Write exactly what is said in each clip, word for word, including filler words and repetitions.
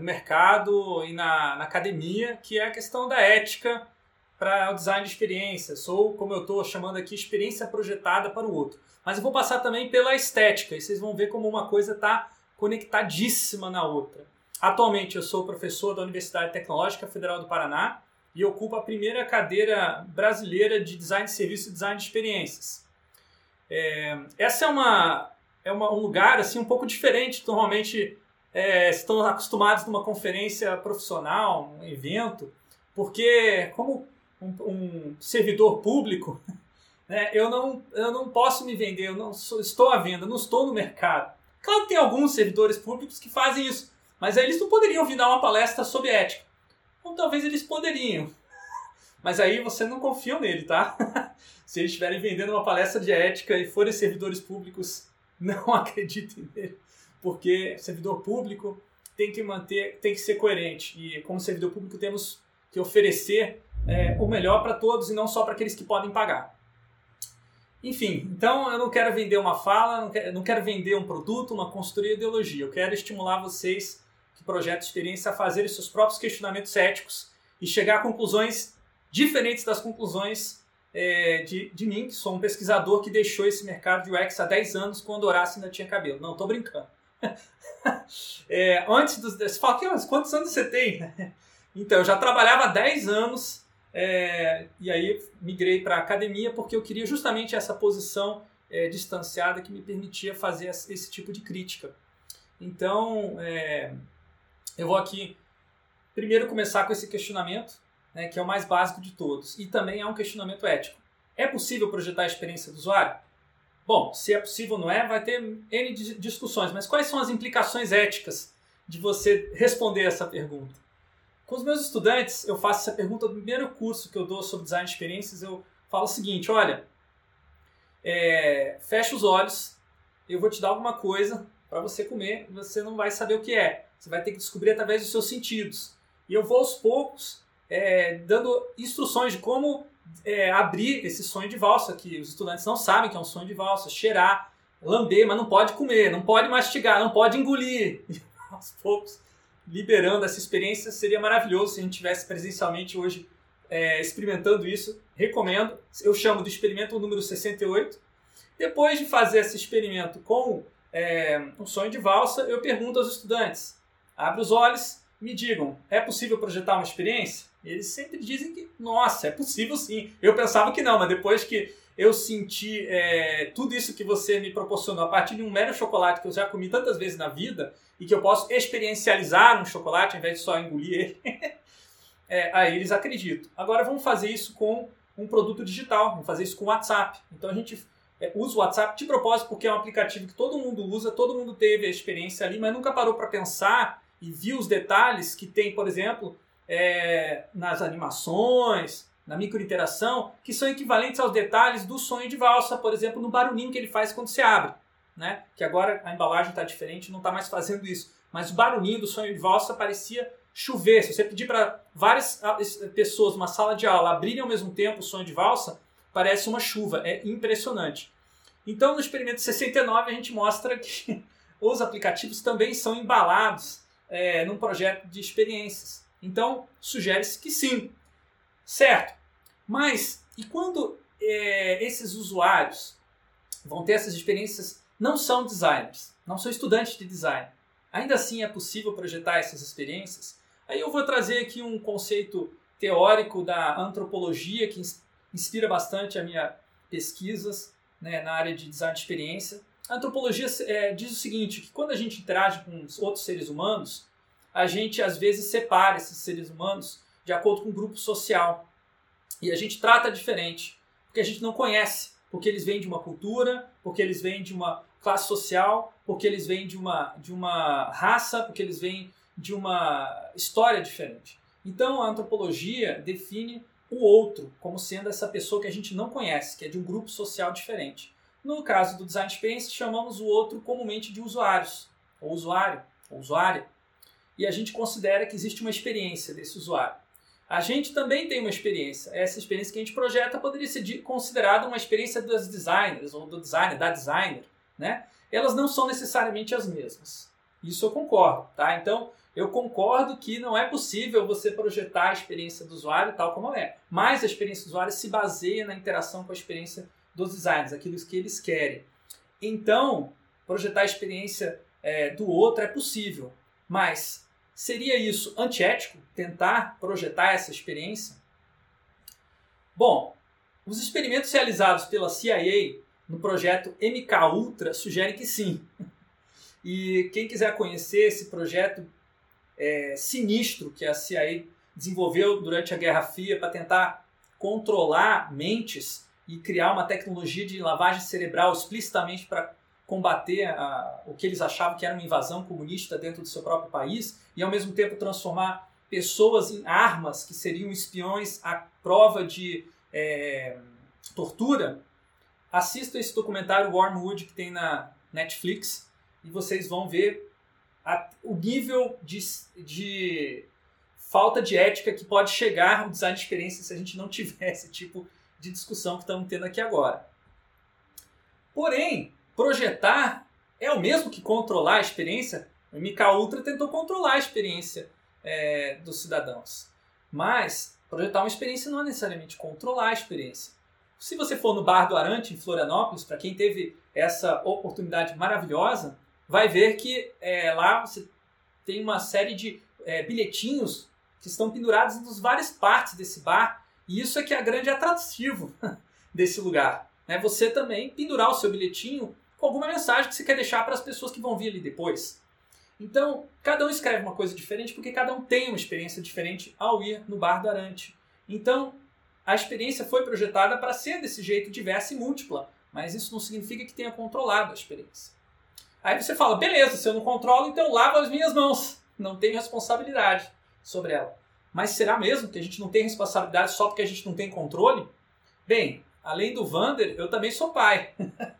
no mercado e na, na academia, que é a questão da ética para o design de experiências, ou como eu estou chamando aqui, experiência projetada para o outro. Mas eu vou passar também pela estética, e vocês vão ver como uma coisa está conectadíssima na outra. Atualmente eu sou professor da Universidade Tecnológica Federal do Paraná e ocupo a primeira cadeira brasileira de design de serviço e design de experiências. É, essa é, uma, é uma, um lugar assim, um pouco diferente. Normalmente é, estão acostumados numa conferência profissional, um evento, porque como um, um servidor público, né, eu, não, eu não posso me vender, eu não sou, estou à venda, não estou no mercado. Claro que tem alguns servidores públicos que fazem isso, mas aí eles não poderiam vir dar uma palestra sobre ética. Ou talvez eles poderiam. Mas aí você não confia nele, tá? Se eles estiverem vendendo uma palestra de ética e forem servidores públicos, não acreditem nele. Porque servidor público tem que manter, tem que ser coerente. E como servidor público temos que oferecer é, o melhor para todos e não só para aqueles que podem pagar. Enfim, então eu não quero vender uma fala, não quero, não quero vender um produto, uma consultoria, ideologia. Eu quero estimular vocês que projetam experiência a fazerem seus próprios questionamentos éticos e chegar a conclusões diferentes das conclusões é, de, de mim, que sou um pesquisador que deixou esse mercado de U X há dez anos quando Horácio ainda tinha cabelo. Não, estou brincando. é, antes dos... Você fala, quantos anos você tem? Então, eu já trabalhava há dez anos é, e aí migrei para a academia porque eu queria justamente essa posição é, distanciada que me permitia fazer esse tipo de crítica. Então, é, eu vou aqui primeiro começar com esse questionamento, né, que é o mais básico de todos, e também é um questionamento ético. É possível projetar a experiência do usuário? Bom, se é possível ou não é, vai ter N discussões, mas quais são as implicações éticas de você responder essa pergunta? Com os meus estudantes, eu faço essa pergunta no primeiro curso que eu dou sobre design de experiências, eu falo o seguinte, olha, é, fecha os olhos, eu vou te dar alguma coisa para você comer, você não vai saber o que é. Você vai ter que descobrir através dos seus sentidos. E eu vou aos poucos é, dando instruções de como é, abrir esse sonho de valsa, que os estudantes não sabem que é um sonho de valsa, cheirar, lamber, mas não pode comer, não pode mastigar, não pode engolir. E aos poucos, liberando essa experiência, seria maravilhoso se a gente tivesse presencialmente hoje é, experimentando isso. Recomendo, eu chamo de experimento número sessenta e oito. Depois de fazer esse experimento com é, um sonho de valsa, eu pergunto aos estudantes, abre os olhos, me digam, é possível projetar uma experiência? E eles sempre dizem que, nossa, é possível sim. Eu pensava que não, mas depois que eu senti é, tudo isso que você me proporcionou a partir de um mero chocolate que eu já comi tantas vezes na vida e que eu posso experiencializar um chocolate ao invés de só engolir ele, é, aí eles acreditam. Agora vamos fazer isso com um produto digital, vamos fazer isso com o WhatsApp. Então a gente é, usa o WhatsApp de propósito porque é um aplicativo que todo mundo usa, todo mundo teve a experiência ali, mas nunca parou para pensar e viu os detalhes que tem, por exemplo, é, nas animações, na microinteração, que são equivalentes aos detalhes do sonho de valsa, por exemplo, no barulhinho que ele faz quando você abre. Né? Que agora a embalagem está diferente, não está mais fazendo isso. Mas o barulhinho do sonho de valsa parecia chover. Se você pedir para várias pessoas numa sala de aula abrirem ao mesmo tempo o sonho de valsa, parece uma chuva. É impressionante. Então, no experimento sessenta e nove, a gente mostra que os aplicativos também são embalados é, num projeto de experiências. Então, sugere-se que sim. Certo. Mas, e quando é, esses usuários vão ter essas experiências, não são designers, não são estudantes de design? Ainda assim é possível projetar essas experiências? Aí eu vou trazer aqui um conceito teórico da antropologia que inspira bastante a minha pesquisas, né, na área de design de experiência. A antropologia é, diz o seguinte, que quando a gente interage com outros seres humanos, a gente às vezes separa esses seres humanos de acordo com o grupo social. E a gente trata diferente, porque a gente não conhece, porque eles vêm de uma cultura, porque eles vêm de uma classe social, porque eles vêm de uma, de uma raça, porque eles vêm de uma história diferente. Então a antropologia define o outro como sendo essa pessoa que a gente não conhece, que é de um grupo social diferente. No caso do design de experiência, chamamos o outro comumente de usuários, ou usuário, ou usuária. E a gente considera que existe uma experiência desse usuário. A gente também tem uma experiência. Essa experiência que a gente projeta poderia ser considerada uma experiência dos designers, ou do designer, da designer. Né? Elas não são necessariamente as mesmas. Isso eu concordo, tá? Então, eu concordo que não é possível você projetar a experiência do usuário tal como ela é. Mas a experiência do usuário se baseia na interação com a experiência dos designers, aquilo que eles querem. Então, projetar a experiência é, do outro é possível. Mas seria isso antiético, tentar projetar essa experiência? Bom, os experimentos realizados pela C I A no projeto M K Ultra sugerem que sim. E quem quiser conhecer esse projeto é, sinistro que a C I A desenvolveu durante a Guerra Fria para tentar controlar mentes e criar uma tecnologia de lavagem cerebral explicitamente para combater a, o que eles achavam que era uma invasão comunista dentro do seu próprio país e, ao mesmo tempo, transformar pessoas em armas que seriam espiões à prova de é, tortura. Assista esse documentário Wormwood que tem na Netflix e vocês vão ver a, o nível de, de falta de ética que pode chegar o design de experiência se a gente não tiver esse tipo de discussão que estamos tendo aqui agora. Porém, projetar é o mesmo que controlar a experiência? O M K Ultra tentou controlar a experiência é, dos cidadãos. Mas projetar uma experiência não é necessariamente controlar a experiência. Se você for no Bar do Arante, em Florianópolis, para quem teve essa oportunidade maravilhosa, vai ver que é, lá você tem uma série de é, bilhetinhos que estão pendurados em várias partes desse bar. E isso é que é o grande atrativo desse lugar. Né? Você também pendurar o seu bilhetinho com alguma mensagem que você quer deixar para as pessoas que vão vir ali depois. Então, cada um escreve uma coisa diferente porque cada um tem uma experiência diferente ao ir no Bar do Arante. Então, a experiência foi projetada para ser desse jeito diversa e múltipla, mas isso não significa que tenha controlado a experiência. Aí você fala, beleza, se eu não controlo, então eu lavo as minhas mãos. Não tenho responsabilidade sobre ela. Mas será mesmo que a gente não tem responsabilidade só porque a gente não tem controle? Bem, além do Vander, eu também sou pai.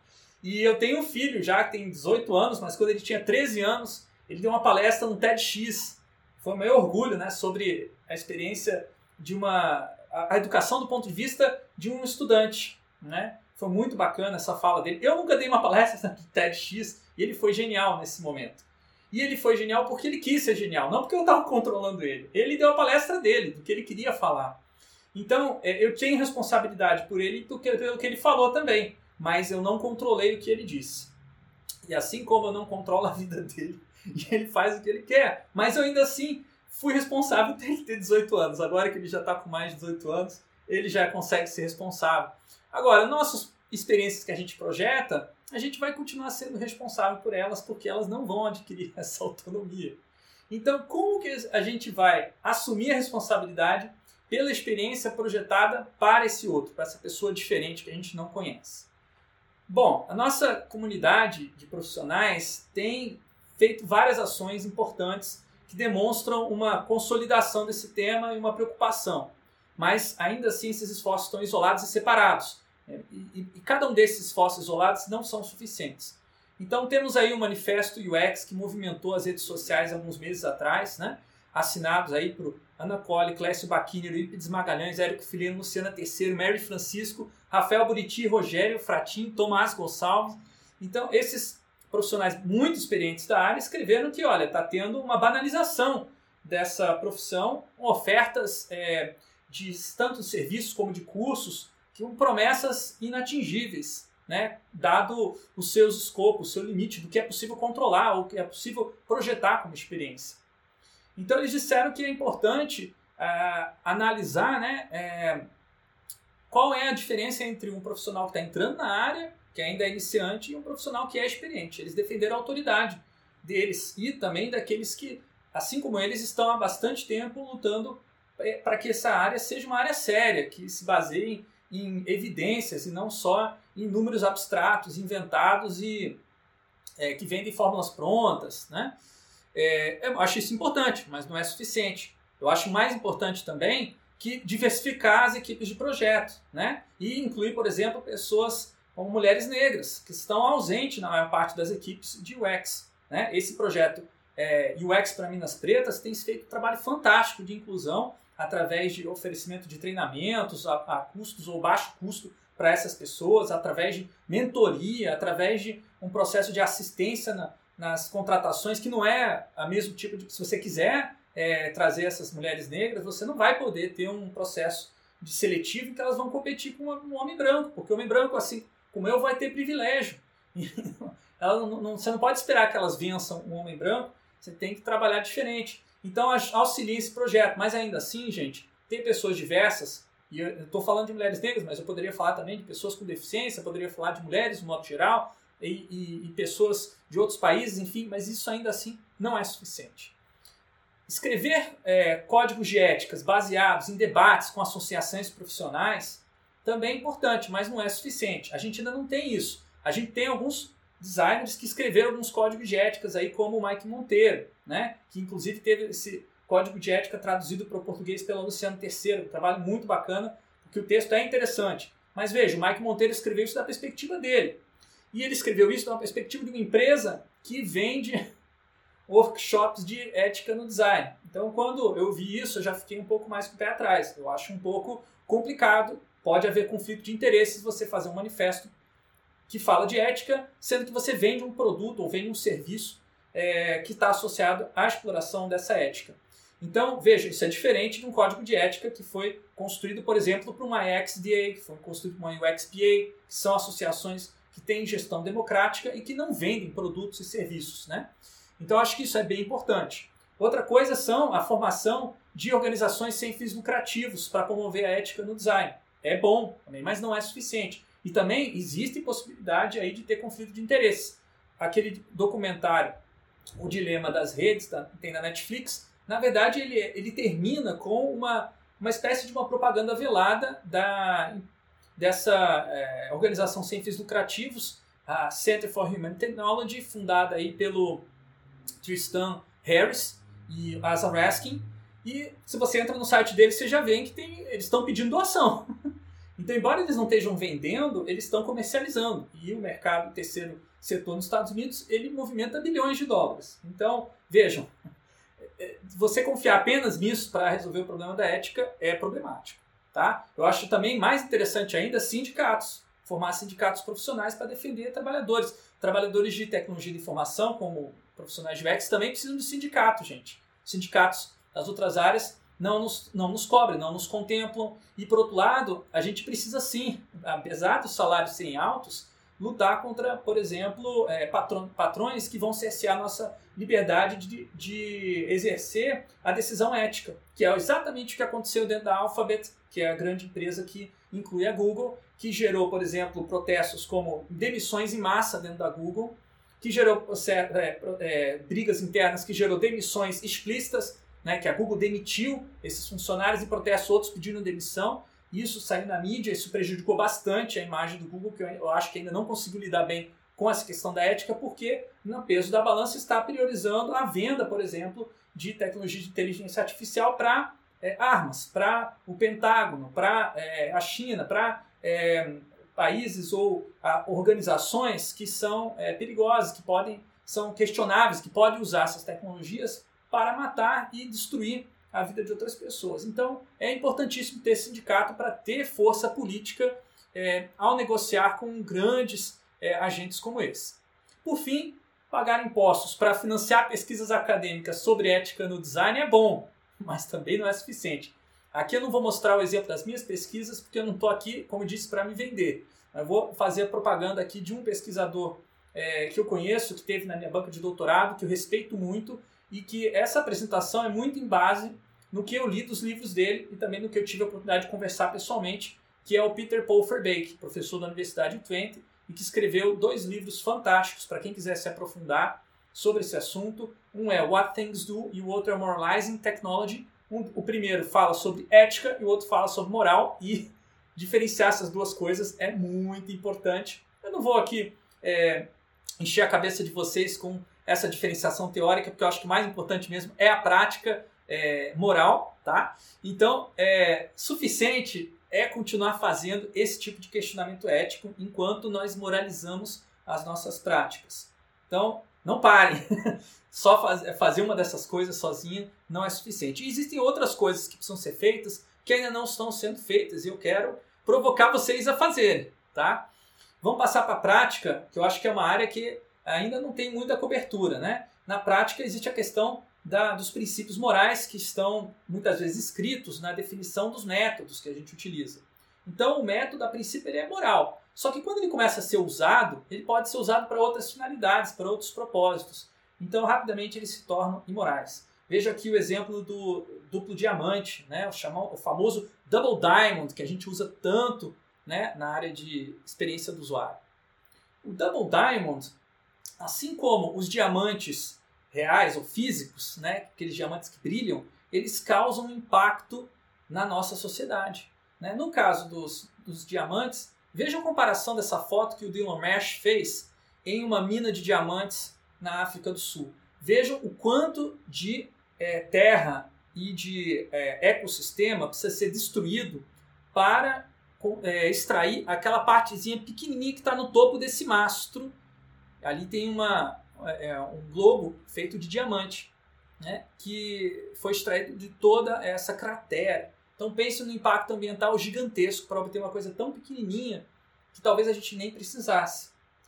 E eu tenho um filho já que tem dezoito anos, mas quando ele tinha treze anos, ele deu uma palestra no TEDx. Foi o meu orgulho, né, sobre a experiência de uma... a educação do ponto de vista de um estudante. Né? Foi muito bacana essa fala dele. Eu nunca dei uma palestra no TEDx e ele foi genial nesse momento. E ele foi genial porque ele quis ser genial, não porque eu estava controlando ele. Ele deu a palestra dele, do que ele queria falar. Então, eu tenho responsabilidade por ele e pelo que ele falou também, mas eu não controlei o que ele disse. E assim como eu não controlo a vida dele, e ele faz o que ele quer, mas eu ainda assim fui responsável por ele ter dezoito anos. Agora que ele já está com mais de dezoito anos, ele já consegue ser responsável. Agora, nossas experiências que a gente projeta, a gente vai continuar sendo responsável por elas, porque elas não vão adquirir essa autonomia. Então, como que a gente vai assumir a responsabilidade pela experiência projetada para esse outro, para essa pessoa diferente que a gente não conhece? Bom, a nossa comunidade de profissionais tem feito várias ações importantes que demonstram uma consolidação desse tema e uma preocupação. Mas, ainda assim, esses esforços estão isolados e separados. E, e, e cada um desses esforços isolados não são suficientes. Então temos aí um manifesto U X que movimentou as redes sociais alguns meses atrás, né? Assinados aí por Ana Colli, Clécio Bacchini, Eurípides Magalhães, Érico Fileno, Luciana Terceiro, Mary Francisco, Rafael Buriti, Rogério Fratin, Tomás Gonçalves. Então esses profissionais muito experientes da área escreveram que, olha, está tendo uma banalização dessa profissão, ofertas é, de tanto de serviços como de cursos, com promessas inatingíveis, né? Dado os seus escopos, o seu limite do que é possível controlar ou que é possível projetar como experiência. Então eles disseram que é importante uh, analisar, né, uh, qual é a diferença entre um profissional que está entrando na área, que ainda é iniciante, e um profissional que é experiente. Eles defenderam a autoridade deles e também daqueles que, assim como eles, estão há bastante tempo lutando para que essa área seja uma área séria, que se baseie em evidências e não só em números abstratos, inventados e é, que vendem fórmulas prontas, né? É, eu acho isso importante, mas não é suficiente. Eu acho mais importante também que diversificar as equipes de projeto, né? E incluir, por exemplo, pessoas como mulheres negras, que estão ausentes na maior parte das equipes de U X. Né? Esse projeto é, U X para Minas Pretas tem feito um trabalho fantástico de inclusão através de oferecimento de treinamentos a, a custos ou baixo custo para essas pessoas, através de mentoria, através de um processo de assistência na, nas contratações, que não é a mesmo tipo de... Se você quiser é, trazer essas mulheres negras, você não vai poder ter um processo de seletivo em que elas vão competir com um homem branco, porque o homem branco, assim como eu, vai ter privilégio. Ela não, não, você não pode esperar que elas vençam um homem branco, você tem que trabalhar diferente. Então, auxilie esse projeto. Mas ainda assim, gente, tem pessoas diversas, e eu estou falando de mulheres negras, mas eu poderia falar também de pessoas com deficiência, poderia falar de mulheres, no modo geral, e, e, e pessoas de outros países, enfim, mas isso ainda assim não é suficiente. Escrever é, códigos de éticas baseados em debates com associações profissionais também é importante, mas não é suficiente. A gente ainda não tem isso. A gente tem alguns designers que escreveram alguns códigos de éticas aí, como o Mike Monteiro, né? Que inclusive teve esse código de ética traduzido para o português pelo Luciano Terceiro, um trabalho muito bacana, porque o texto é interessante. Mas veja, o Mike Monteiro escreveu isso da perspectiva dele. E ele escreveu isso da perspectiva de uma empresa que vende workshops de ética no design. Então, quando eu vi isso, eu já fiquei um pouco mais com o pé atrás. Eu acho um pouco complicado, pode haver conflito de interesses você fazer um manifesto que fala de ética, sendo que você vende um produto ou vende um serviço é, que está associado à exploração dessa ética. Então, veja, isso é diferente de um código de ética que foi construído, por exemplo, por uma X D A, que foi construído por uma U X P A, que são associações que têm gestão democrática e que não vendem produtos e serviços, né? Então, acho que isso é bem importante. Outra coisa são a formação de organizações sem fins lucrativos para promover a ética no design. É bom também, mas não é suficiente. E também existe possibilidade aí de ter conflito de interesses. Aquele documentário, O Dilema das Redes, tá, tem na Netflix, na verdade ele, ele termina com uma, uma espécie de uma propaganda velada da, dessa é, organização sem fins lucrativos, a Center for Human Technology, fundada aí pelo Tristan Harris e Asa Raskin. E se você entra no site deles, você já vê que tem, eles estão pedindo doação. Então, embora eles não estejam vendendo, eles estão comercializando. E o mercado terceiro setor nos Estados Unidos, ele movimenta bilhões de dólares. Então, vejam, você confiar apenas nisso para resolver o problema da ética é problemático. Tá? Eu acho também mais interessante ainda sindicatos. Formar sindicatos profissionais para defender trabalhadores. Trabalhadores de tecnologia de informação, como profissionais de U X, também precisam de sindicato, gente. Sindicatos das outras áreas não nos, não nos cobrem, não nos contemplam. E, por outro lado, a gente precisa sim, apesar dos salários serem altos, lutar contra, por exemplo, é, patron, patrões que vão cercear a nossa liberdade de, de exercer a decisão ética, que é exatamente o que aconteceu dentro da Alphabet, que é a grande empresa que inclui a Google, que gerou, por exemplo, protestos como demissões em massa dentro da Google, que gerou é, é, brigas internas, que gerou demissões explícitas, né, que a Google demitiu esses funcionários e protestos, outros pedindo demissão. Isso saiu na mídia, isso prejudicou bastante a imagem do Google, que eu acho que ainda não conseguiu lidar bem com essa questão da ética, porque no peso da balança está priorizando a venda, por exemplo, de tecnologia de inteligência artificial para é, armas, para o Pentágono, para é, a China, para é, países ou a, organizações que são é, perigosas, que podem, são questionáveis, que podem usar essas tecnologias para matar e destruir a vida de outras pessoas. Então, é importantíssimo ter sindicato para ter força política é, ao negociar com grandes é, agentes como esse. Por fim, pagar impostos para financiar pesquisas acadêmicas sobre ética no design é bom, mas também não é suficiente. Aqui eu não vou mostrar o exemplo das minhas pesquisas, porque eu não estou aqui, como eu disse, para me vender. Eu vou fazer a propaganda aqui de um pesquisador é, que eu conheço, que teve na minha banca de doutorado, que eu respeito muito, e que essa apresentação é muito em base no que eu li dos livros dele e também no que eu tive a oportunidade de conversar pessoalmente, que é o Peter Paul Verbeek, professor da Universidade de Twente, e que escreveu dois livros fantásticos para quem quiser se aprofundar sobre esse assunto. Um é What Things Do e o outro é Moralizing Technology. Um, o primeiro fala sobre ética e o outro fala sobre moral, e diferenciar essas duas coisas é muito importante. Eu não vou aqui é, encher a cabeça de vocês com essa diferenciação teórica, porque eu acho que o mais importante mesmo é a prática é, moral, tá? Então, é suficiente é continuar fazendo esse tipo de questionamento ético enquanto nós moralizamos as nossas práticas. Então, não parem. Só faz, fazer uma dessas coisas sozinha não é suficiente. E existem outras coisas que precisam ser feitas que ainda não estão sendo feitas e eu quero provocar vocês a fazerem, tá? Vamos passar para a prática, que eu acho que é uma área que ainda não tem muita cobertura, né? Na prática, existe a questão da, dos princípios morais que estão muitas vezes escritos na definição dos métodos que a gente utiliza. Então, o método, a princípio, ele é moral. Só que quando ele começa a ser usado, ele pode ser usado para outras finalidades, para outros propósitos. Então, rapidamente, eles se tornam imorais. Veja aqui o exemplo do duplo diamante, né? o, chamado, o famoso Double Diamond, que a gente usa tanto, né, na área de experiência do usuário. O Double Diamond, assim como os diamantes reais ou físicos, né, aqueles diamantes que brilham, eles causam impacto na nossa sociedade. Né? No caso dos, dos diamantes, veja a comparação dessa foto que o Dylan Mesh fez em uma mina de diamantes na África do Sul. Vejam o quanto de é, terra e de é, ecossistema precisa ser destruído para é, extrair aquela partezinha pequenininha que está no topo desse mastro. Ali tem uma, é, um globo feito de diamante, né, que foi extraído de toda essa cratera. Então pense no impacto ambiental gigantesco para obter uma coisa tão pequenininha que talvez a gente nem precisasse.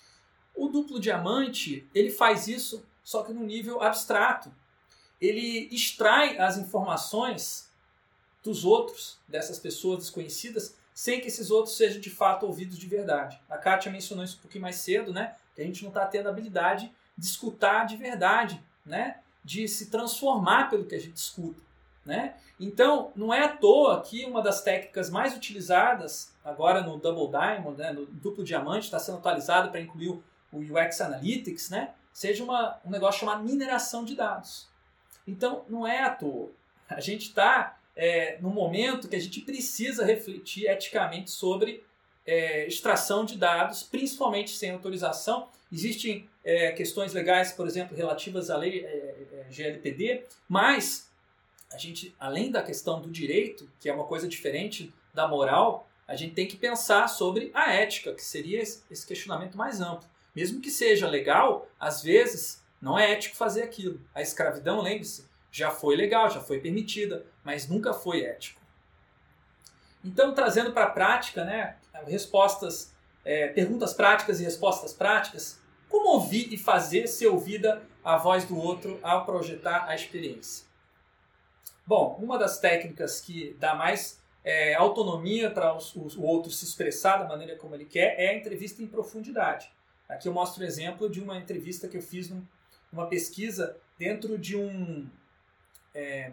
O duplo diamante, ele faz isso só que num nível abstrato. Ele extrai as informações dos outros, dessas pessoas desconhecidas, sem que esses outros sejam de fato ouvidos de verdade. A Kátia mencionou isso um pouquinho mais cedo, né? Que a gente não está tendo a habilidade de escutar de verdade, né? De se transformar pelo que a gente escuta. Né? Então, não é à toa que uma das técnicas mais utilizadas agora no Double Diamond, né, no duplo diamante, está sendo atualizado para incluir o U X Analytics, né, seja uma, um negócio chamado mineração de dados. Então, não é à toa. A gente está é, num momento que a gente precisa refletir eticamente sobre é, extração de dados, principalmente sem autorização. Existem é, questões legais, por exemplo, relativas à lei é, é, G L P D, mas a gente, além da questão do direito, que é uma coisa diferente da moral, a gente tem que pensar sobre a ética, que seria esse questionamento mais amplo. Mesmo que seja legal, às vezes não é ético fazer aquilo. A escravidão, lembre-se, já foi legal, já foi permitida, mas nunca foi ético. Então, trazendo para a prática, né, respostas, é, perguntas práticas e respostas práticas, como ouvir e fazer ser ouvida a voz do outro ao projetar a experiência? Bom, uma das técnicas que dá mais é, autonomia para o outro se expressar da maneira como ele quer é a entrevista em profundidade. Aqui eu mostro o exemplo de uma entrevista que eu fiz num, numa pesquisa dentro de um, é,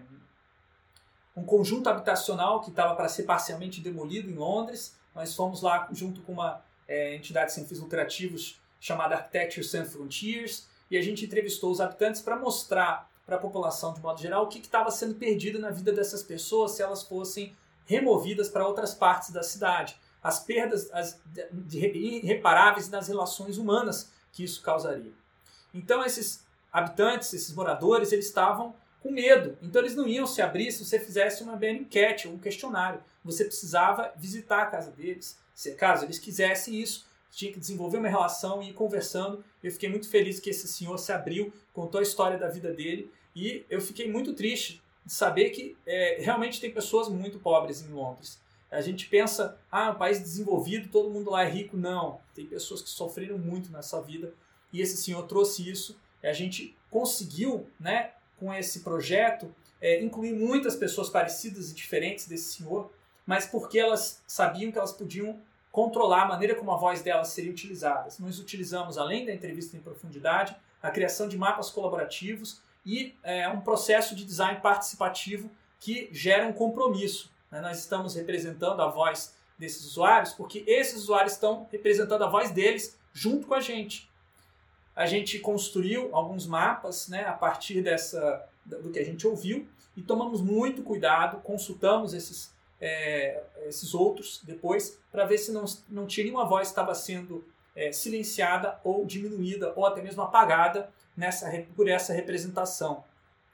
um conjunto habitacional que estava para ser parcialmente demolido em Londres. Nós fomos lá junto com uma é, entidade sem fins lucrativos chamada Architecture Sans Frontiers e a gente entrevistou os habitantes para mostrar para a população de modo geral o que estava sendo perdido na vida dessas pessoas se elas fossem removidas para outras partes da cidade. As perdas as, de, irreparáveis nas relações humanas que isso causaria. Então esses habitantes, esses moradores, eles estavam com medo. Então eles não iam se abrir se você fizesse uma enquete ou um questionário. Você precisava visitar a casa deles. Se caso eles quisessem isso, tinha que desenvolver uma relação e ir conversando. Eu fiquei muito feliz que esse senhor se abriu, contou a história da vida dele e eu fiquei muito triste de saber que é, realmente tem pessoas muito pobres em Londres. A gente pensa, ah, um país desenvolvido, todo mundo lá é rico. Não, tem pessoas que sofreram muito nessa vida e esse senhor trouxe isso. A gente conseguiu, né, com esse projeto, é, incluir muitas pessoas parecidas e diferentes desse senhor, mas porque elas sabiam que elas podiam controlar a maneira como a voz delas seria utilizada. Nós utilizamos, além da entrevista em profundidade, a criação de mapas colaborativos e é, um processo de design participativo que gera um compromisso. Né? Nós estamos representando a voz desses usuários porque esses usuários estão representando a voz deles junto com a gente. A gente construiu alguns mapas, né, a partir dessa, do que a gente ouviu e tomamos muito cuidado, consultamos esses É, esses outros depois para ver se não, não tinha nenhuma voz que estava sendo é, silenciada ou diminuída ou até mesmo apagada nessa, por essa representação.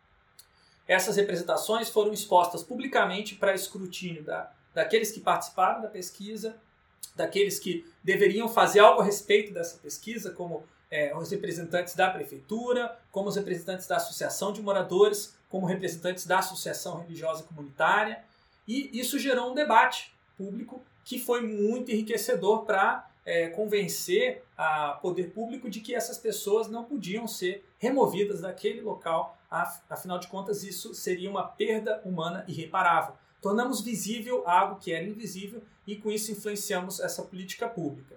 Essas representações foram expostas publicamente para escrutínio da, daqueles que participaram da pesquisa, daqueles que deveriam fazer algo a respeito dessa pesquisa, como é, os representantes da prefeitura, como os representantes da associação de moradores, como representantes da associação religiosa comunitária. E isso gerou um debate público que foi muito enriquecedor para é, convencer o poder público de que essas pessoas não podiam ser removidas daquele local, afinal de contas isso seria uma perda humana irreparável. Tornamos visível algo que era invisível e com isso influenciamos essa política pública.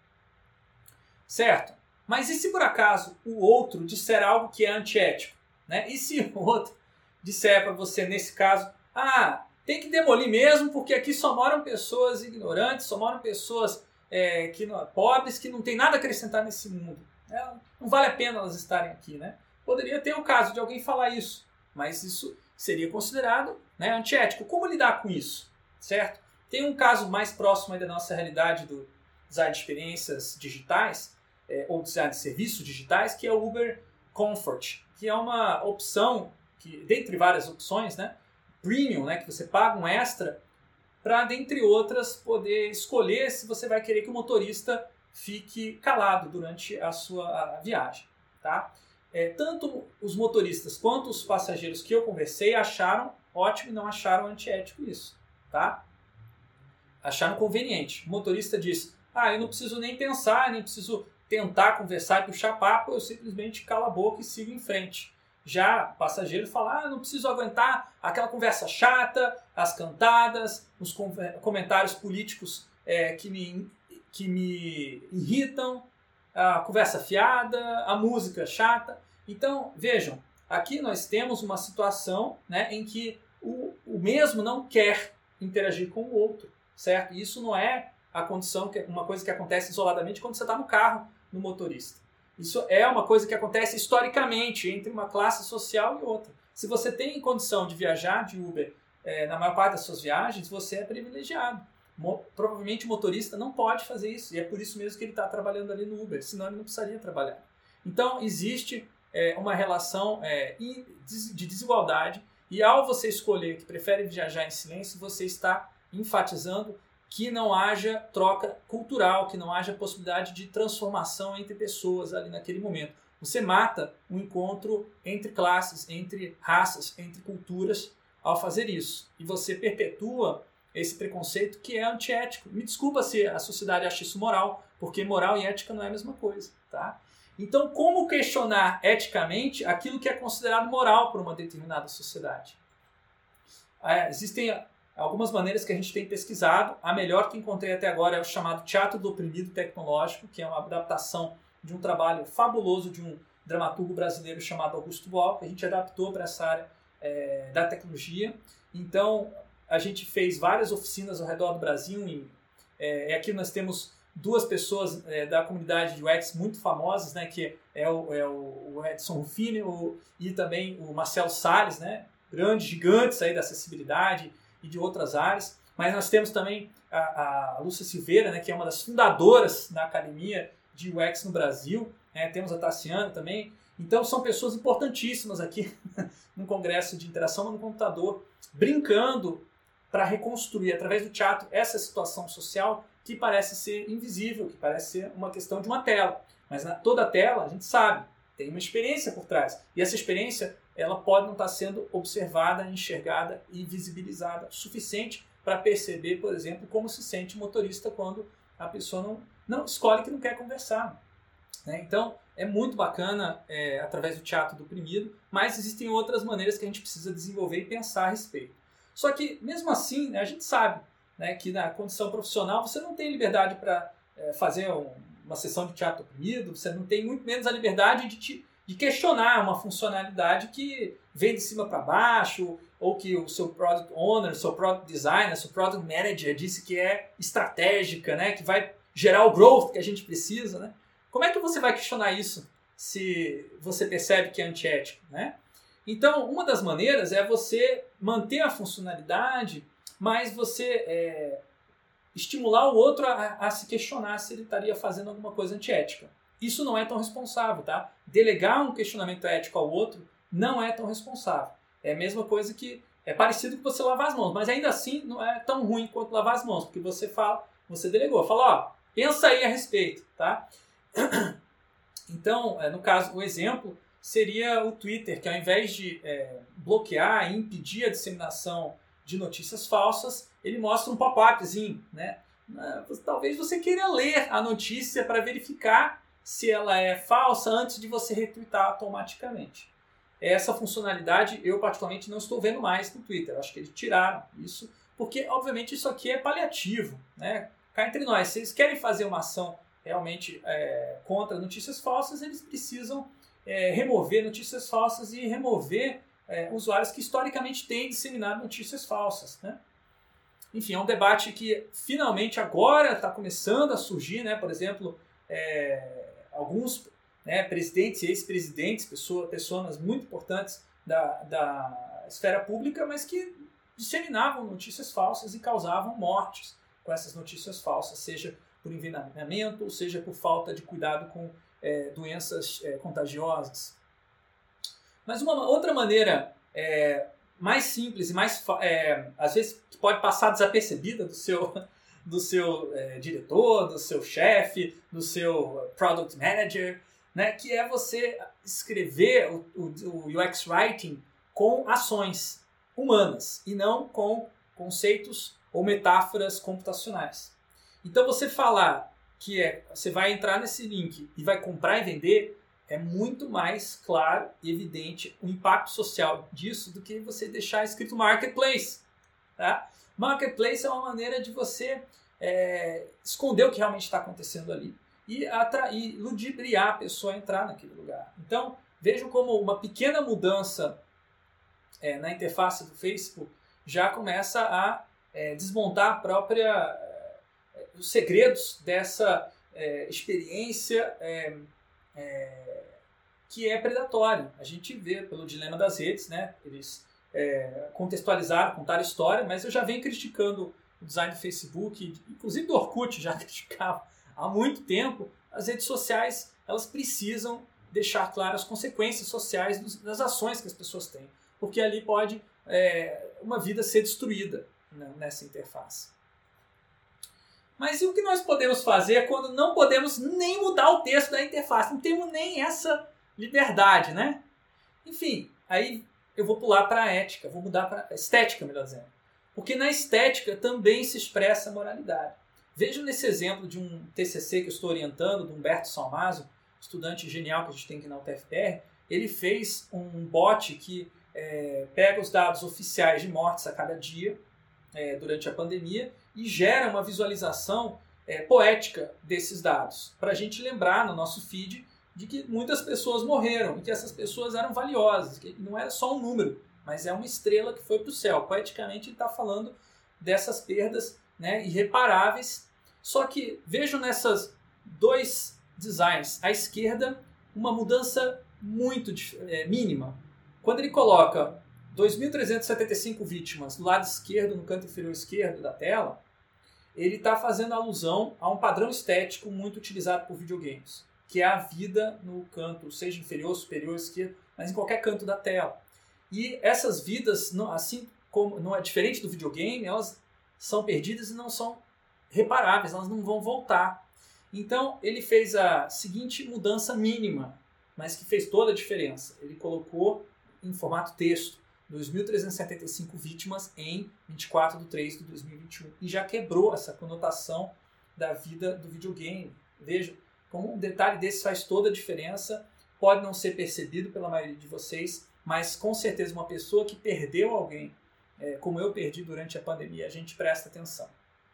Certo? Mas e se por acaso o outro disser algo que é antiético? Né? E se o outro disser para você, nesse caso, ah, tem que demolir mesmo porque aqui só moram pessoas ignorantes, só moram pessoas é, que não, pobres que não tem nada a acrescentar nesse mundo. É, não vale a pena elas estarem aqui. Né? Poderia ter o caso de alguém falar isso, mas isso seria considerado, né, antiético. Como lidar com isso? Certo? Tem um caso mais próximo aí da nossa realidade do design de experiências digitais, é, ou design de serviços digitais, que é o Uber Comfort, que é uma opção, que, dentre várias opções, né, premium, né, que você paga um extra para, dentre outras, poder escolher se você vai querer que o motorista fique calado durante a sua a viagem. Tá? É, tanto os motoristas quanto os passageiros que eu conversei acharam ótimo e não acharam antiético isso. Tá? Acharam conveniente. O motorista disse, ah, eu não preciso nem pensar, nem preciso tentar conversar e puxar papo, eu simplesmente calo a boca e sigo em frente. Já o passageiro fala, ah, não preciso aguentar aquela conversa chata, as cantadas, os comentários políticos é, que, me, que me irritam, a conversa fiada, a música chata. Então, vejam, aqui nós temos uma situação, né, em que o, o mesmo não quer interagir com o outro, certo? E isso não é a condição, que uma coisa que acontece isoladamente quando você está no carro, no motorista. Isso é uma coisa que acontece historicamente entre uma classe social e outra. Se você tem condição de viajar de Uber é, na maior parte das suas viagens, você é privilegiado. Mo- provavelmente o motorista não pode fazer isso, e é por isso mesmo que ele está trabalhando ali no Uber, senão ele não precisaria trabalhar. Então, existe é, uma relação é, de desigualdade, e ao você escolher que prefere viajar em silêncio, você está enfatizando que não haja troca cultural, que não haja possibilidade de transformação entre pessoas ali naquele momento. Você mata um encontro entre classes, entre raças, entre culturas ao fazer isso. E você perpetua esse preconceito que é antiético. Me desculpa se a sociedade acha isso moral, porque moral e ética não é a mesma coisa. Tá? Então, como questionar eticamente aquilo que é considerado moral por uma determinada sociedade? É, existem algumas maneiras que a gente tem pesquisado. A melhor que encontrei até agora é o chamado Teatro do Oprimido Tecnológico, que é uma adaptação de um trabalho fabuloso de um dramaturgo brasileiro chamado Augusto Boal, que a gente adaptou para essa área é, da tecnologia. Então, a gente fez várias oficinas ao redor do Brasil. E é, aqui nós temos duas pessoas é, da comunidade de U X muito famosas, né, que é o, é o Edson Rufini o, e também o Marcelo Salles, né, grandes gigantes aí da acessibilidade e de outras áreas, mas nós temos também a, a Lúcia Silveira, né, que é uma das fundadoras da Academia de U X no Brasil, né, temos a Tassiana também, então são pessoas importantíssimas aqui no Congresso de Interação no Computador, brincando para reconstruir, através do teatro, essa situação social que parece ser invisível, que parece ser uma questão de uma tela, mas na, toda a tela, a gente sabe, tem uma experiência por trás, e essa experiência ela pode não estar sendo observada, enxergada e visibilizada o suficiente para perceber, por exemplo, como se sente o motorista quando a pessoa não, não escolhe que não quer conversar. Né? Então, é muito bacana é, através do teatro do oprimido, mas existem outras maneiras que a gente precisa desenvolver e pensar a respeito. Só que, mesmo assim, né, a gente sabe, né, que na condição profissional você não tem liberdade para é, fazer um, uma sessão de teatro oprimido, você não tem muito menos a liberdade de te de questionar uma funcionalidade que vem de cima para baixo, ou que o seu Product Owner, o seu Product Designer, o seu Product Manager disse que é estratégica, né, que vai gerar o growth que a gente precisa. Né? Como é que você vai questionar isso se você percebe que é antiético? Né? Então, uma das maneiras é você manter a funcionalidade, mas você é, estimular o outro a, a se questionar se ele estaria fazendo alguma coisa antiética. Isso não é tão responsável, tá? Delegar um questionamento ético ao outro não é tão responsável. É a mesma coisa que... É parecido com você lavar as mãos, mas ainda assim não é tão ruim quanto lavar as mãos, porque você fala, você delegou. Fala, ó, pensa aí a respeito, tá? Então, no caso, o exemplo seria o Twitter, que ao invés de é, bloquear e impedir a disseminação de notícias falsas, ele mostra um pop-upzinho, né? né, talvez você queira ler a notícia para verificar se ela é falsa antes de você retweetar automaticamente. Essa funcionalidade eu particularmente não estou vendo mais no Twitter. Acho que eles tiraram isso, porque obviamente isso aqui é paliativo, né? Cá entre nós, se eles querem fazer uma ação realmente é, contra notícias falsas, eles precisam é, remover notícias falsas e remover é, usuários que historicamente têm disseminado notícias falsas, né? Enfim, é um debate que finalmente agora está começando a surgir, né? Por exemplo, é, alguns, né, presidentes e ex-presidentes, pessoas, pessoas muito importantes da, da esfera pública, mas que disseminavam notícias falsas e causavam mortes com essas notícias falsas, seja por envenenamento, seja por falta de cuidado com é, doenças é, contagiosas. Mas uma outra maneira é, mais simples e mais, é, às vezes, que pode passar desapercebida do seu, do seu é, diretor, do seu chefe, do seu product manager, né, que é você escrever o, o, o U X Writing com ações humanas e não com conceitos ou metáforas computacionais. Então você falar que é, você vai entrar nesse link e vai comprar e vender, é muito mais claro e evidente o impacto social disso do que você deixar escrito marketplace. Tá? Marketplace é uma maneira de você é, esconder o que realmente está acontecendo ali e atrair, ludibriar a pessoa a entrar naquele lugar. Então, vejam como uma pequena mudança é, na interface do Facebook já começa a é, desmontar a própria, é, os segredos dessa é, experiência é, é, que é predatória. A gente vê pelo dilema das redes, né? Eles é, contextualizaram, contaram história, mas eu já venho criticando o design do Facebook, inclusive do Orkut já criticava há muito tempo. As redes sociais, elas precisam deixar claras as consequências sociais dos, das ações que as pessoas têm, porque ali pode é, uma vida ser destruída, né, nessa interface. Mas e o que nós podemos fazer quando não podemos nem mudar o texto da interface? Não temos nem essa liberdade, né? Enfim, aí eu vou pular para a ética, vou mudar para a estética, melhor dizendo. Porque na estética também se expressa a moralidade. Vejam nesse exemplo de um T C C que eu estou orientando, do Humberto Salmazo, estudante genial que a gente tem aqui na U T F P R. Ele fez um bot que é, pega os dados oficiais de mortes a cada dia, é, durante a pandemia, e gera uma visualização é, poética desses dados, para a gente lembrar no nosso feed de que muitas pessoas morreram e que essas pessoas eram valiosas, que não era só um número, mas é uma estrela que foi para o céu. Poeticamente ele está falando dessas perdas, né, irreparáveis. Só que vejam nessas dois designs, à esquerda, uma mudança muito é, mínima. Quando ele coloca dois mil trezentas e setenta e cinco vítimas do lado esquerdo, no canto inferior esquerdo da tela, ele está fazendo alusão a um padrão estético muito utilizado por videogames, que é a vida no canto, seja inferior, superior, esquerdo, mas em qualquer canto da tela. E essas vidas, não, assim como não é diferente do videogame, elas são perdidas e não são reparáveis, elas não vão voltar. Então ele fez a seguinte mudança mínima, mas que fez toda a diferença. Ele colocou em formato texto dois mil trezentas e setenta e cinco vítimas em vinte e quatro de três de dois mil e vinte e um e já quebrou essa conotação da vida do videogame. Veja como um detalhe desse faz toda a diferença. Pode não ser percebido pela maioria de vocês, mas com certeza uma pessoa que perdeu alguém, é, como eu perdi durante a pandemia, a gente presta atenção.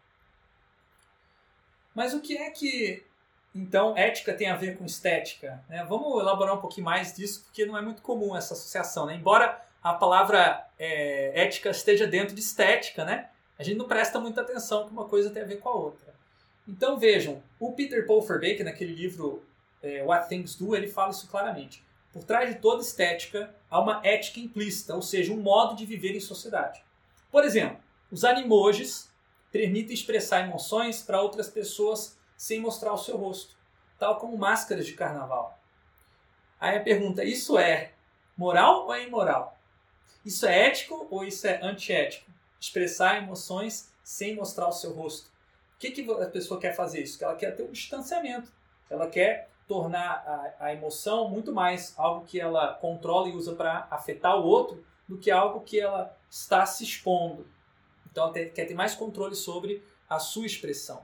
Mas o que é que, então, ética tem a ver com estética? Né? Vamos elaborar um pouquinho mais disso, porque não é muito comum essa associação. Né? Embora a palavra é, ética esteja dentro de estética, né? A gente não presta muita atenção que uma coisa tem a ver com a outra. Então vejam, o Peter Paul Verbeek, naquele livro é, What Things Do, ele fala isso claramente. Por trás de toda estética há uma ética implícita, ou seja, um modo de viver em sociedade. Por exemplo, os animojis permitem expressar emoções para outras pessoas sem mostrar o seu rosto, tal como máscaras de carnaval. Aí a pergunta, isso é moral ou é imoral? Isso é ético ou isso é antiético? Expressar emoções sem mostrar o seu rosto. O que, que a pessoa quer fazer isso? Que ela quer ter um distanciamento. Ela quer tornar a, a emoção muito mais algo que ela controla e usa para afetar o outro do que algo que ela está se expondo. Então ela tem, quer ter mais controle sobre a sua expressão.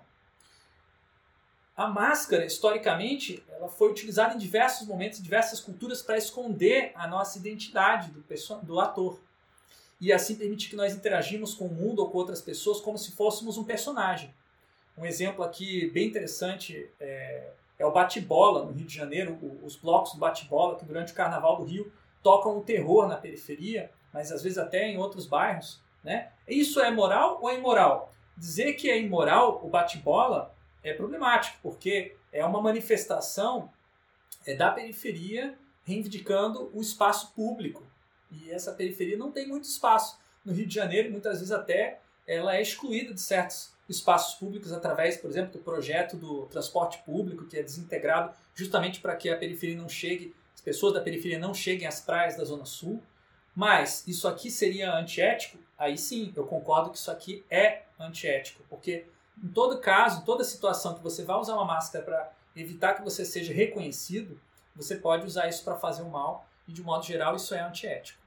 A máscara, historicamente, ela foi utilizada em diversos momentos, em diversas culturas, para esconder a nossa identidade do, do ator. E assim permitir que nós interagimos com o mundo ou com outras pessoas como se fôssemos um personagem. Um exemplo aqui bem interessante é, é o bate-bola no Rio de Janeiro, os blocos do bate-bola, que durante o Carnaval do Rio tocam o terror na periferia, mas às vezes até em outros bairros. Né? Isso é moral ou é imoral? Dizer que é imoral o bate-bola é problemático, porque é uma manifestação é, da periferia reivindicando o espaço público. E essa periferia não tem muito espaço. No Rio de Janeiro, muitas vezes até, ela é excluída de certos espaços públicos através, por exemplo, do projeto do transporte público, que é desintegrado justamente para que a periferia não chegue, as pessoas da periferia não cheguem às praias da Zona Sul. Mas isso aqui seria antiético? Aí sim, eu concordo que isso aqui é antiético, porque em todo caso, em toda situação que você vai usar uma máscara para evitar que você seja reconhecido, você pode usar isso para fazer o mal e, de modo geral, isso é antiético.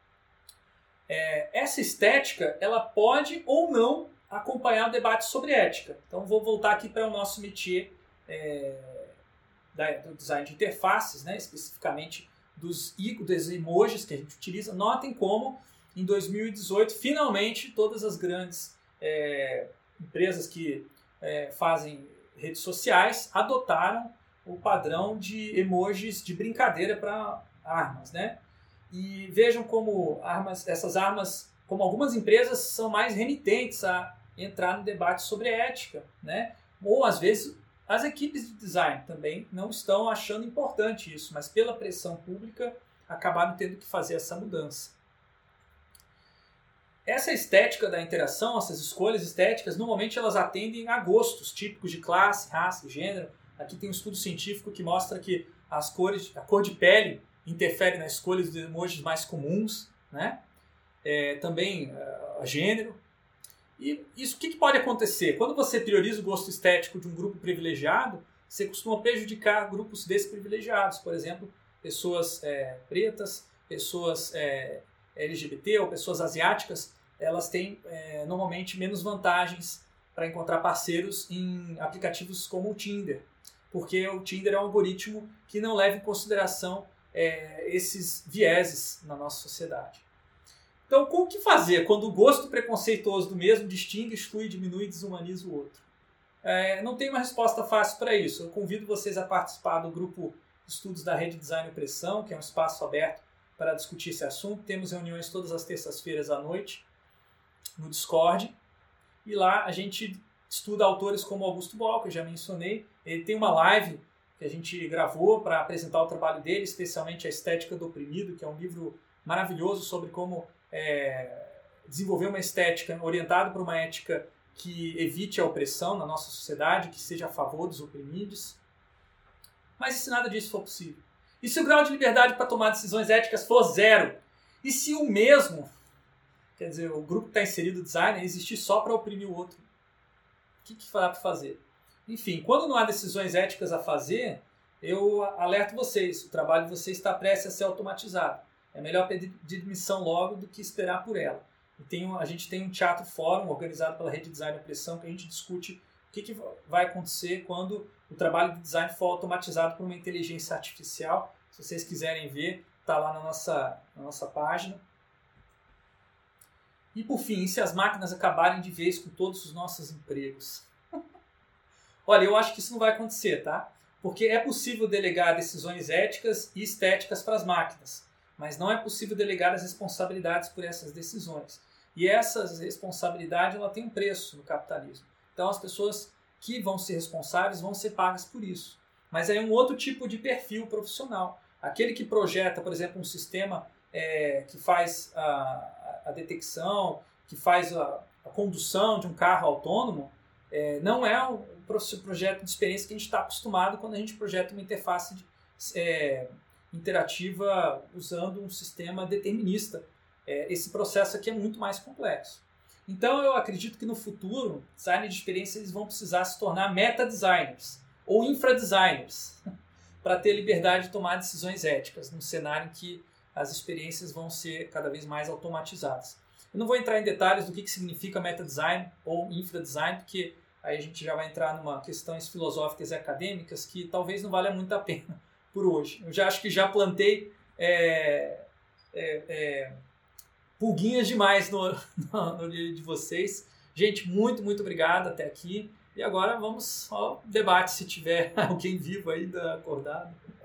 É, essa estética, ela pode ou não acompanhar o debate sobre ética. Então, vou voltar aqui para o nosso métier é, da, do design de interfaces, né, especificamente dos, dos emojis que a gente utiliza. Notem como, em dois mil e dezoito, finalmente, todas as grandes é, empresas que é, fazem redes sociais adotaram o padrão de emojis de brincadeira para armas, né? E vejam como armas, essas armas, como algumas empresas são mais remitentes a entrar no debate sobre ética, né? Ou às vezes as equipes de design também não estão achando importante isso, mas pela pressão pública acabaram tendo que fazer essa mudança. Essa estética da interação, essas escolhas estéticas, normalmente elas atendem a gostos típicos de classe, raça, gênero. Aqui tem um estudo científico que mostra que as cores, a cor de pele interfere na escolha dos emojis mais comuns, né? É, também a gênero. E isso, o que, que pode acontecer? Quando você prioriza o gosto estético de um grupo privilegiado, você costuma prejudicar grupos desprivilegiados, por exemplo, pessoas é, pretas, pessoas é, L G B T ou pessoas asiáticas, elas têm é, normalmente menos vantagens para encontrar parceiros em aplicativos como o Tinder, porque o Tinder é um algoritmo que não leva em consideração é, esses vieses na nossa sociedade. Então, como que fazer quando o gosto preconceituoso do mesmo distingue, exclui, diminui e desumaniza o outro? É, não tem uma resposta fácil para isso. Eu convido vocês a participar do grupo de estudos da Rede Design e Opressão, que é um espaço aberto para discutir esse assunto. Temos reuniões todas as terças-feiras à noite no Discord. E lá a gente estuda autores como Augusto Boal, que eu já mencionei. Ele tem uma live que a gente gravou para apresentar o trabalho dele, especialmente A Estética do Oprimido, que é um livro maravilhoso sobre como é, desenvolver uma estética orientada para uma ética que evite a opressão na nossa sociedade, que seja a favor dos oprimidos. Mas e se nada disso for possível? E se o grau de liberdade para tomar decisões éticas for zero? E se o mesmo, quer dizer, o grupo que está inserido no design, existir só para oprimir o outro? O que, que dá para fazer? Enfim, quando não há decisões éticas a fazer, eu alerto vocês, o trabalho de vocês está prestes a ser automatizado. É melhor pedir demissão logo do que esperar por ela. E tem, a gente tem um teatro fórum organizado pela Rede Design e Opressão que a gente discute o que, que vai acontecer quando o trabalho de design for automatizado por uma inteligência artificial. Se vocês quiserem ver, está lá na nossa, na nossa página. E por fim, se as máquinas acabarem de vez com todos os nossos empregos? Olha, eu acho que isso não vai acontecer, tá? Porque é possível delegar decisões éticas e estéticas para as máquinas, mas não é possível delegar as responsabilidades por essas decisões. E essa responsabilidade ela tem um preço no capitalismo. Então as pessoas que vão ser responsáveis vão ser pagas por isso. Mas é um outro tipo de perfil profissional. Aquele que projeta, por exemplo, um sistema é, que faz a, a detecção, que faz a, a condução de um carro autônomo, é, não é o projeto de experiência que a gente está acostumado quando a gente projeta uma interface de, é, interativa usando um sistema determinista. É, esse processo aqui é muito mais complexo. Então eu acredito que no futuro, designers de experiência eles vão precisar se tornar meta-designers ou infra-designers para ter liberdade de tomar decisões éticas num cenário em que as experiências vão ser cada vez mais automatizadas. Eu não vou entrar em detalhes do que, que significa meta-design ou infra-design, porque aí a gente já vai entrar numa questões filosóficas e acadêmicas que talvez não valha muito a pena por hoje. Eu já acho que já plantei é, é, é, pulguinhas demais no, no, no livro de vocês. Gente, muito, muito obrigado até aqui. E agora vamos ao debate, se tiver alguém vivo ainda acordado.